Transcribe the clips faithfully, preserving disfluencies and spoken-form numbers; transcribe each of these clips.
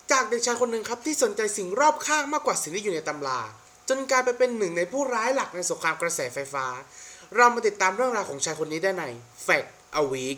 จากเด็กชายคนหนึ่งครับที่สนใจสิ่งรอบข้างมากกว่าสิ่งที่อยู่ในตำราจนกลายไปเป็นหนึ่งในผู้ร้ายหลักในสงครามกระแสไฟฟ้าเรามาติดตามเรื่องราวของชายคนนี้ได้ใน Fact a Week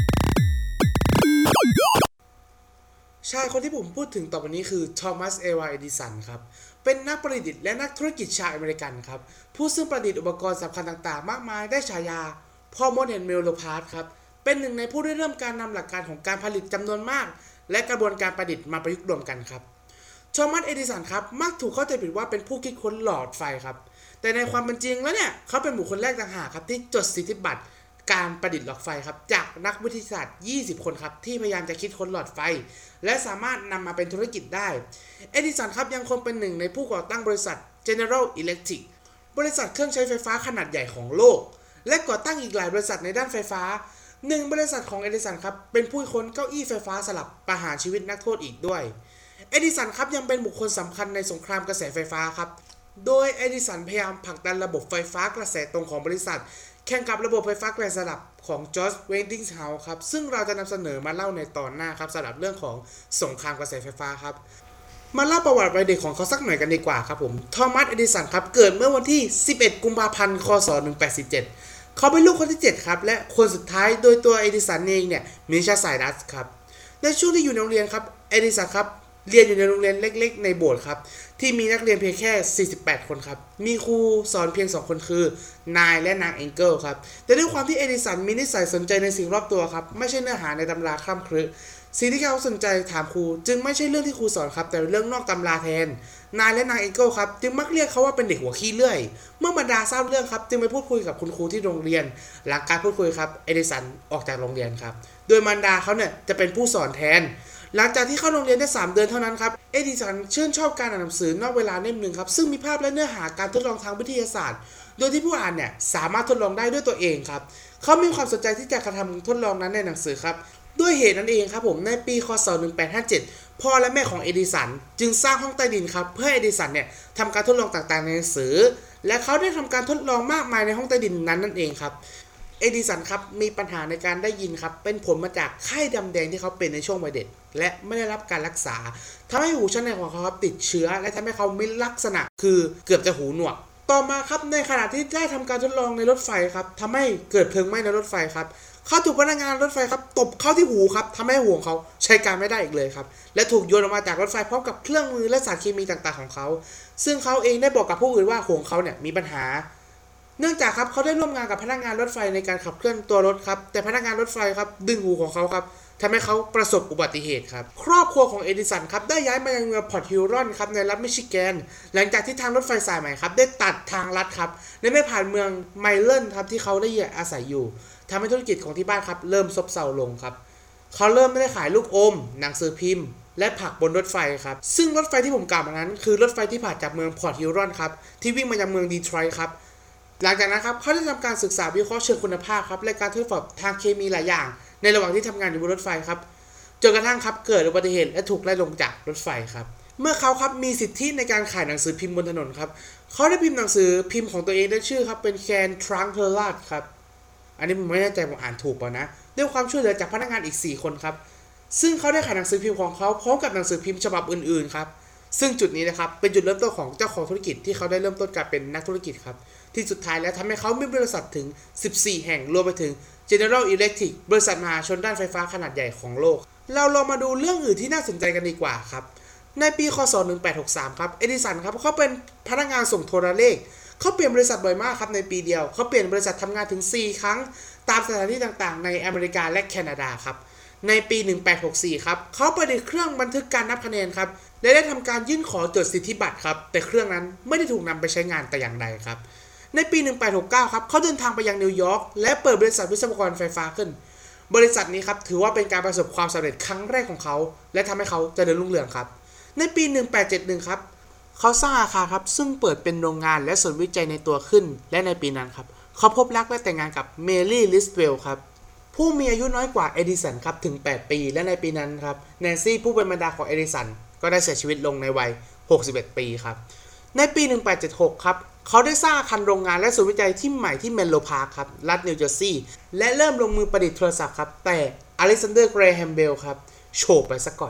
ชายคนที่ผมพูดถึงต่อไปนี้คือทอมัสเอวาเอดิสันครับเป็นนักประดิษฐ์และนักธุรกิจชาวอเมริกันครับผู้ซึ่งประดิษฐ์อุปกรณ์สำคัญต่างๆมากมายได้ฉายาพ่อมดแห่งเมลโลพาร์ทครับเป็นหนึ่งในผู้ได้เริ่มการนำหลักการของการผลิตจำนวนมากและกระบวนการประดิษฐ์มาประยุกต์รวมกันครับทอมัสเอดิสันครับมักถูกเข้าใจผิดว่าเป็นผู้คิดค้นหลอดไฟครับแต่ในความเป็นจริงแล้วเนี่ยเขาเป็นบุคคลแรกต่างหากครับที่จดสิทธิบัตรการประดิษฐ์หลอดไฟครับจากนักวิทยาศาสตร์ยี่สิบคนครับที่พยายามจะคิดค้นหลอดไฟและสามารถนำมาเป็นธุรกิจได้เอดิสันครับยังคงเป็นหนึ่งในผู้ก่อตั้งบริษัท General Electric บริษัทเครื่องใช้ไฟฟ้าขนาดใหญ่ของโลกและก่อตั้งอีกหลายบริษัทในด้านไฟฟ้าหนึ่งบริษัทของเอดิสันครับเป็นผู้ค้นเก้าอี้ไฟฟ้าสลับประหารชีวิตนักโทษอีกด้วยเอดิสันครับยังเป็นบุคคลสำคัญในสงครามกระแสไฟฟ้าครับโดยเอดิสันพยายามผลักดันระบบไฟฟ้ากระแสตรงของบริษัทแข่งกับระบบไฟฟ้ากระแสสลับของจอร์จเวสติงส์เฮาส์ครับซึ่งเราจะนำเสนอมาเล่าในตอนหน้าครับสำหรับเรื่องของสงครามกระแสไฟฟ้าครับมาเล่าประวัติวัยเด็กของเขาสักหน่อยกันดีกว่าครับผมทอมัสเอดิสันครับเกิดเมื่อวันที่สิบเอ็ดกุมภาพันธ์คศหนึ่งพันแปดร้อยสี่สิบเจ็ดเขาเป็นลูกคนที่เจ็ดครับและคนสุดท้ายโดยตัวเอดิสันเองเนี่ยมีเชื้อสายดัตช์ครับในช่วงที่อยู่ในโรงเรียนครับเอดิสันครับเรียนอยู่ในโรงเรียนเล็กๆในโบสถ์ครับที่มีนักเรียนเพียงแค่สี่สิบแปดคนครับมีครูสอนเพียงสองคนคือนายและนางเอ็งเกิลครับแต่ด้วยความที่เอดิสันมีนิสัยสนใจในสิ่งรอบตัวครับไม่ใช่เนื้อหาในตำราคร่ำครึสิ่งที่เขาสนใจถามครูจึงไม่ใช่เรื่องที่ครูสอนครับแต่เป็นเรื่องนอกตำราแทนนายและนางเอ็งเกิลครับจึงมักเรียกเขาว่าเป็นเด็กหัวขี้เลื่อยเมื่อบรรดาทราบเรื่องครับจึงไปพูดคุยกับคุณครูที่โรงเรียนหลังการพูดคุยครับเอดิสันออกจากโรงเรียนครับโดยมารดาเขาเนี่ยจะเป็นผู้สอนแทนหลังจากที่เข้าโรงเรียนได้สามเดือนเท่านั้นครับเอดิสันชื่นชอบการอ่านหนังสือนอกเวลาเล่มหนึ่งครับซึ่งมีภาพและเนื้อหาการทดลองทางวิทยาศาสตร์โดยที่ผู้อ่านเนี่ยสามารถทดลองได้ด้วยตัวเองครับเขามีความสนใจที่จะกระทำทดลองนั้นในหนังสือครับด้วยเหตุนั้นเองครับผมในปีคศหนึ่งพันแปดร้อยห้าสิบเจ็ดพ่อและแม่ของเอดิสันจึงสร้างห้องใต้ดินครับเพื่อเอดิสันเนี่ยทำการทดลองต่างๆในหนังสือและเขาได้ทำการทดลองมากมายในห้องใต้ดินนั้นนั่นเองครับเอดิสันครับมีปัญหาในการได้ยินครับเป็นผลมาจากไข้ดำแดงที่เขาเป็นในช่วงวัยเด็กและไม่ได้รับการรักษาทำให้หูชั้นในของเขาครับติดเชื้อและทำให้เขามีลักษณะคือเกือบจะหูหนวกต่อมาครับในขณะที่ได้ทำการทดลองในรถไฟครับทำให้เกิดเพลิงไหม้ในรถไฟครับเขาถูกพนักงานรถไฟครับตบเข้าที่หูครับทำให้หูของเขาใช้การไม่ได้อีกเลยครับและถูกโยนออกมาจากรถไฟพร้อมกับเครื่องมือและสารเคมีต่างๆของเขาซึ่งเขาเองได้บอกกับผู้อื่นว่าหูของเขาเนี่ยมีปัญหาเนื่องจากครับเขาได้ร่วมงานกับพนักงานรถไฟในการขับเคลื่อนตัวรถครับแต่พนักงานรถไฟครับดึงหูของเขาครับทำให้เขาประสบอุบัติเหตุครับครอบครัวของเอดิสันครับได้ย้ายมายังเมืองพอร์ตฮิลลอนครับในรัฐมิชิแกนหลังจากที่ทางรถไฟสายใหม่ครับได้ตัดทางลัดครับและไม่ผ่านเมืองไมเลนครับที่เขาได้อาศัยอยู่ทำให้ธุรกิจของที่บ้านครับเริ่มซบเซาลงครับเขาเริ่มไม่ได้ขายลูกอมหนังสือพิมพ์และผักบนรถไฟครับซึ่งรถไฟที่ผมกล่าวมานั้นคือรถไฟที่ผ่านจากเมืองพอร์ตฮิลลอนครับที่วิ่งมายังเมืองดีทรอยต์ครับหลังจากนั้นครับเขาได้ทำการศึกษาวิเคราะห์เชิงคุณภาพครับและการทดสอบทางเคมีหลายอย่างในระหว่างที่ทำงานอยู่บนรถไฟครับจนกระทั่งครับเกิดอุบัติเหตุและถูกไล่ลงจากรถไฟครับเมื่อเขาครับมีสิทธิในการขายหนังสือพิมพ์บนถนนครับเขาได้พิมพ์หนังสือพิมพ์ของตัวเองได้ชื่อครับเป็นแคนทรังเทอร์ลัดครับอันนี้ผมไม่แน่ใจผมอ่านถูกเปล่านะด้วยความช่วยเหลือจากพนักงานอีกสี่คนครับซึ่งเขาได้ขายหนังสือพิมพ์ของเขาพร้อมกับหนังสือพิมพ์ฉบับอื่นๆครับซึ่งจุดนี้นะครับเป็นจุดเริ่มต้นของเจ้าของธุรกิจที่เขาได้เริ่มต้นการเป็นนักธุรกิจครับที่สุดท้ายแล้วทำให้เขามีบริษัทถึงสิบสี่แห่งรวมไปถึง General Electric บริษัทมหาชนด้านไฟฟ้าขนาดใหญ่ของโลกเราลองมาดูเรื่องอื่นที่น่าสนใจกันดีกว่าครับในปีคศหนึ่งพันแปดร้อยหกสิบสามครับเอดิสันครับเขาเป็นพนักงานส่งโทรเลขเขาเปลี่ยนบริษัทบ่อยมากครับในปีเดียวเขาเปลี่ยนบริษัททำงานถึงสี่ครั้งตามสถานที่ต่างๆในอเมริกาและแคนาดาครับในปีหนึ่งพันแปดร้อยหกสิบสี่ครับเขาประดิษฐ์เครื่องบันทึกการนับคะแนนครับและได้ทำการยื่นขอจดสิทธิบัตรครับแต่เครื่องนั้นไม่ได้ถูกนำไปใช้งานแต่อย่างใดครับในปีหนึ่งพันแปดร้อยหกสิบเก้าครับเขาเดินทางไปยังนิวยอร์กและเปิดบริษัทวิศวกรไฟฟ้าขึ้นบริษัทนี้ครับถือว่าเป็นการประสบความสำเร็จครั้งแรกของเขาและทำให้เขาเจริญรุ่งเรืองครับในปีหนึ่งพันแปดร้อยเจ็ดสิบเอ็ดครับเขาสร้างอาคารครับซึ่งเปิดเป็นโรงงานและศูนย์วิจัยในตัวขึ้นและในปีนั้นครับเขาพบรักและแต่งงานกับเมลี่ลิสเวลครับผู้มีอายุน้อยกว่าเอดิสันครับถึงแปดปีและในปีนั้นครับแนนซี่ผู้เป็นมารดาของเอดิสันก็ได้เสียชีวิตลงในวัยหกสิบเอ็ดปีครับในปีหนึ่งพันแปดร้อยเจ็ดสิบหกครับเขาได้สร้างอาคารโรงงานและศูนย์วิจัยที่ใหม่ที่เมนโลพาร์คครับรัฐนิวเจอร์ซีย์และเริ่มลงมือประดิษฐ์โทรศัพท์ครับแต่อเล็กซานเดอร์ เกรแฮมเบลครับโฉบไปซะก่อน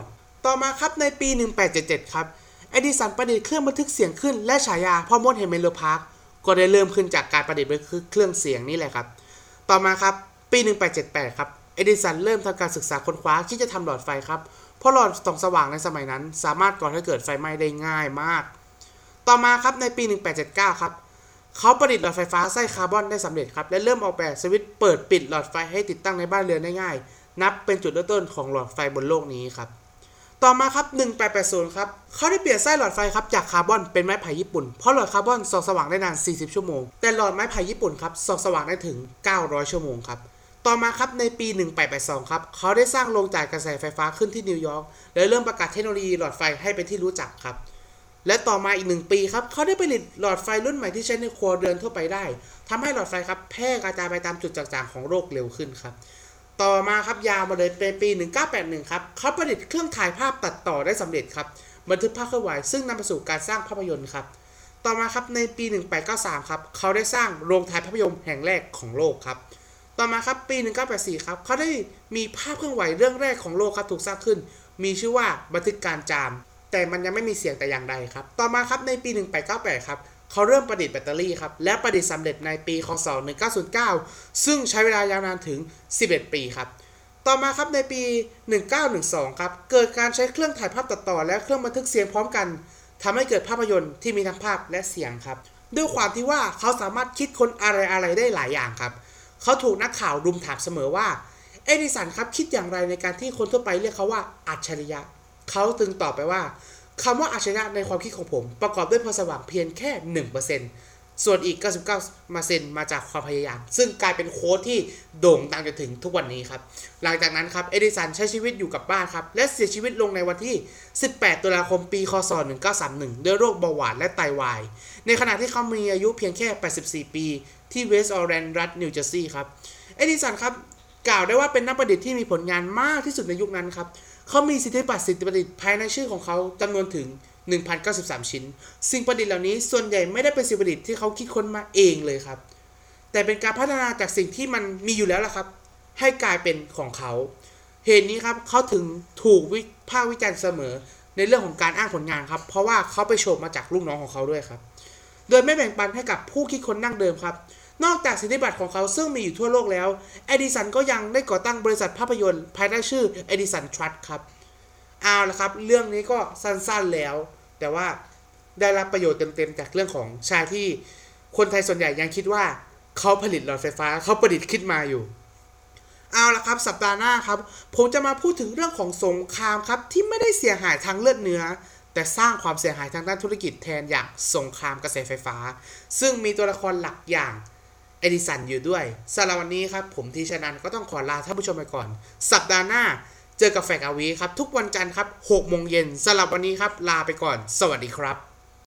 ต่อมาครับในปีหนึ่งพันแปดร้อยเจ็ดสิบเจ็ดครับเอดิสันประดิษฐ์เครื่องบันทึกเสียงขึ้นและฉายาพ่อมดแห่งเมนโลพาร์คก็ได้เริ่มขึ้นจากการประดิษฐ์เครื่องเสียงนี่แหละครับต่อมาครับปีหนึ่งพันแปดร้อยเจ็ดสิบแปดครับเอดิสันเริ่มทำการศึกษาค้นคว้าที่จะทำหลอดไฟครับเพราะหลอดส่องสว่างในสมัยนั้นสามารถก่อให้เกิดไฟไหม้ได้ง่ายมากต่อมาครับในปีหนึ่งพันแปดร้อยเจ็ดสิบเก้าครับเขาประดิษฐ์หลอดไฟฟ้าไส้คาร์บอนได้สำเร็จครับและเริ่มออกแบบสวิตช์เปิดปิดหลอดไฟให้ติดตั้งในบ้านเรือนได้ง่ายนับเป็นจุดเริ่มต้นของหลอดไฟบนโลกนี้ครับต่อมาครับหนึ่งพันแปดร้อยแปดสิบครับเขาได้เปลี่ยนไส้หลอดไฟครับจากคาร์บอนเป็นไม้ไผ่ญี่ปุ่นเพราะหลอดคาร์บอนส่องสว่างได้นานสี่สิบชั่วโมงแต่หลอดไม้ไผ่ญี่ปุ่นครับส่องสว่างได้ถึงเก้าร้อยชั่วโมงครับต่อมาครับในปีหนึ่งพันแปดร้อยแปดสิบสองครับเขาได้สร้างโรงจ่ายกระแสไฟฟ้าขึ้นที่นิวยอร์กและเริ่มประกาศเทคโนโลยีหลอดไฟให้เป็นที่รู้จักครับและต่อมาอีกหนึ่งปีครับเขาได้ผลิตหลอดไฟรุ่นใหม่ที่ใช้ในครัวเรือนทั่วไปได้ทำให้หลอดไฟครับแพร่กระจายไปตามจุดต่างๆของโลกเร็วขึ้นครับต่อมาครับยาวมาเลยเป็นปีหนึ่งพันเก้าร้อยแปดสิบเอ็ดครับเขาผลิตเครื่องถ่ายภาพตัดต่อได้สำเร็จครับบันทึกภาพเคลื่อนไหวซึ่งนำไปสู่การสร้างภาพยนตร์ครับต่อมาครับในปีหนึ่งพันแปดร้อยเก้าสิบสามครับเขาได้สร้างโรงถ่ายภาพยนตร์แห่งแรกของโลกครับต่อมาครับปีหนึ่งพันเก้าร้อยแปดสิบสี่ครับเขาได้มีภาพเคลื่อนไหวเรื่องแรกของโลกครับถูกสร้างขึ้นมีชื่อว่าบันทึกการจามแต่มันยังไม่มีเสียงแต่อย่างใดครับต่อมาครับในปีหนึ่งพันแปดร้อยเก้าสิบแปดครับเขาเริ่มประดิษฐ์แบตเตอรี่ครับและประดิษฐ์สำเร็จในปีค.ศ.หนึ่งพันเก้าร้อยเก้าซึ่งใช้เวลายาวนานถึงสิบเอ็ดปีครับต่อมาครับในปีหนึ่งพันเก้าร้อยสิบสองครับเกิดการใช้เครื่องถ่ายภาพตัดต่อและเครื่องบันทึกเสียงพร้อมกันทำให้เกิดภาพยนตร์ที่มีทั้งภาพและเสียงครับด้วยความที่ว่าเขาสามารถคิดค้นอะไรอะไรได้หลายอย่างครับเขาถูกนักข่าวรุมถามเสมอว่าเอดิสันครับคิดอย่างไรในการที่คนทั่วไปเรียกเขาว่าอัจฉริยะเขาจึงตอบไปว่าคำว่าอัจฉริยะในความคิดของผมประกอบด้วยพลังสว่างเพียงแค่ หนึ่งเปอร์เซ็นต์ ส่วนอีก เก้าสิบเก้าเปอร์เซ็นต์ มาจากความพยายามซึ่งกลายเป็นโค้ดที่โด่งดังจนถึงทุกวันนี้ครับหลังจากนั้นครับเอดิสันใช้ชีวิตอยู่กับบ้านครับและเสียชีวิตลงในวันที่สิบแปดตุลาคมปีค.ศ.หนึ่งพันเก้าร้อยสามสิบเอ็ดด้วยโรคเบาหวานและไตวายในขณะที่เขามีอายุเพียงแค่แปดสิบสี่ปีที่เวสต์ออเรนจ์รัฐนิวเจอร์ซีย์ครับเอดิสันครับกล่าวได้ว่าเป็นนักประดิษฐ์ที่มีผลงานมากที่สุดในยุคนั้นครับเขามีสิทธิบัตรสิทธิประดิษฐ์ภายในชื่อของเขาจำนวนถึงหนึ่งพันเก้าสิบสาม ชิ้นสิ่งประดิษฐ์เหล่านี้ส่วนใหญ่ไม่ได้เป็นสิ่งประดิษฐ์ที่เขาคิดค้นมาเองเลยครับแต่เป็นการพัฒนาจากสิ่งที่มันมีอยู่แล้วล่ะครับให้กลายเป็นของเขาเหตุนี้ครับเขาถึงถูกวิพากษ์วิจารณ์เสมอในเรื่องของการอ้างผลงานครับเพราะว่าเขาไปโชว์มาจากลูกน้องของเขาด้วยครับโดยไม่แบ่งปันให้กับผู้คิดค้นดั้งเดิมครับนอกจากสิทธิบัตรของเขาซึ่งมีอยู่ทั่วโลกแล้วเอดิสันก็ยังได้ก่อตั้งบริษัทภาพยนตร์ภายใต้ชื่อเอดิสันทรัสต์ครับเอาละครับเรื่องนี้ก็สั้นๆแล้วแต่ว่าได้รับประโยชน์เต็มๆจากเรื่องของชายที่คนไทยส่วนใหญ่ยังคิดว่าเขาผลิตหลอดไฟฟ้าเขาประดิษฐ์ขึ้นมาอยู่เอาละครับสัปดาห์หน้าครับผมจะมาพูดถึงเรื่องของสงครามครับที่ไม่ได้เสียหายทางเลือดเนื้อแต่สร้างความเสียหายทางด้านธุรกิจแทนอย่างสงครามกระแสไฟฟ้าซึ่งมีตัวละครหลักอย่างเอดิสันอยู่ด้วยสำหรับวันนี้ครับผมทีชนันก็ต้องขอลาท่านผู้ชมไปก่อนสัปดาห์หน้าเจอกับแฟกอาวีครับทุกวันจันทร์ครับหกโมงเย็นสำหรับวันนี้ครับลาไปก่อนสวัสดีครับ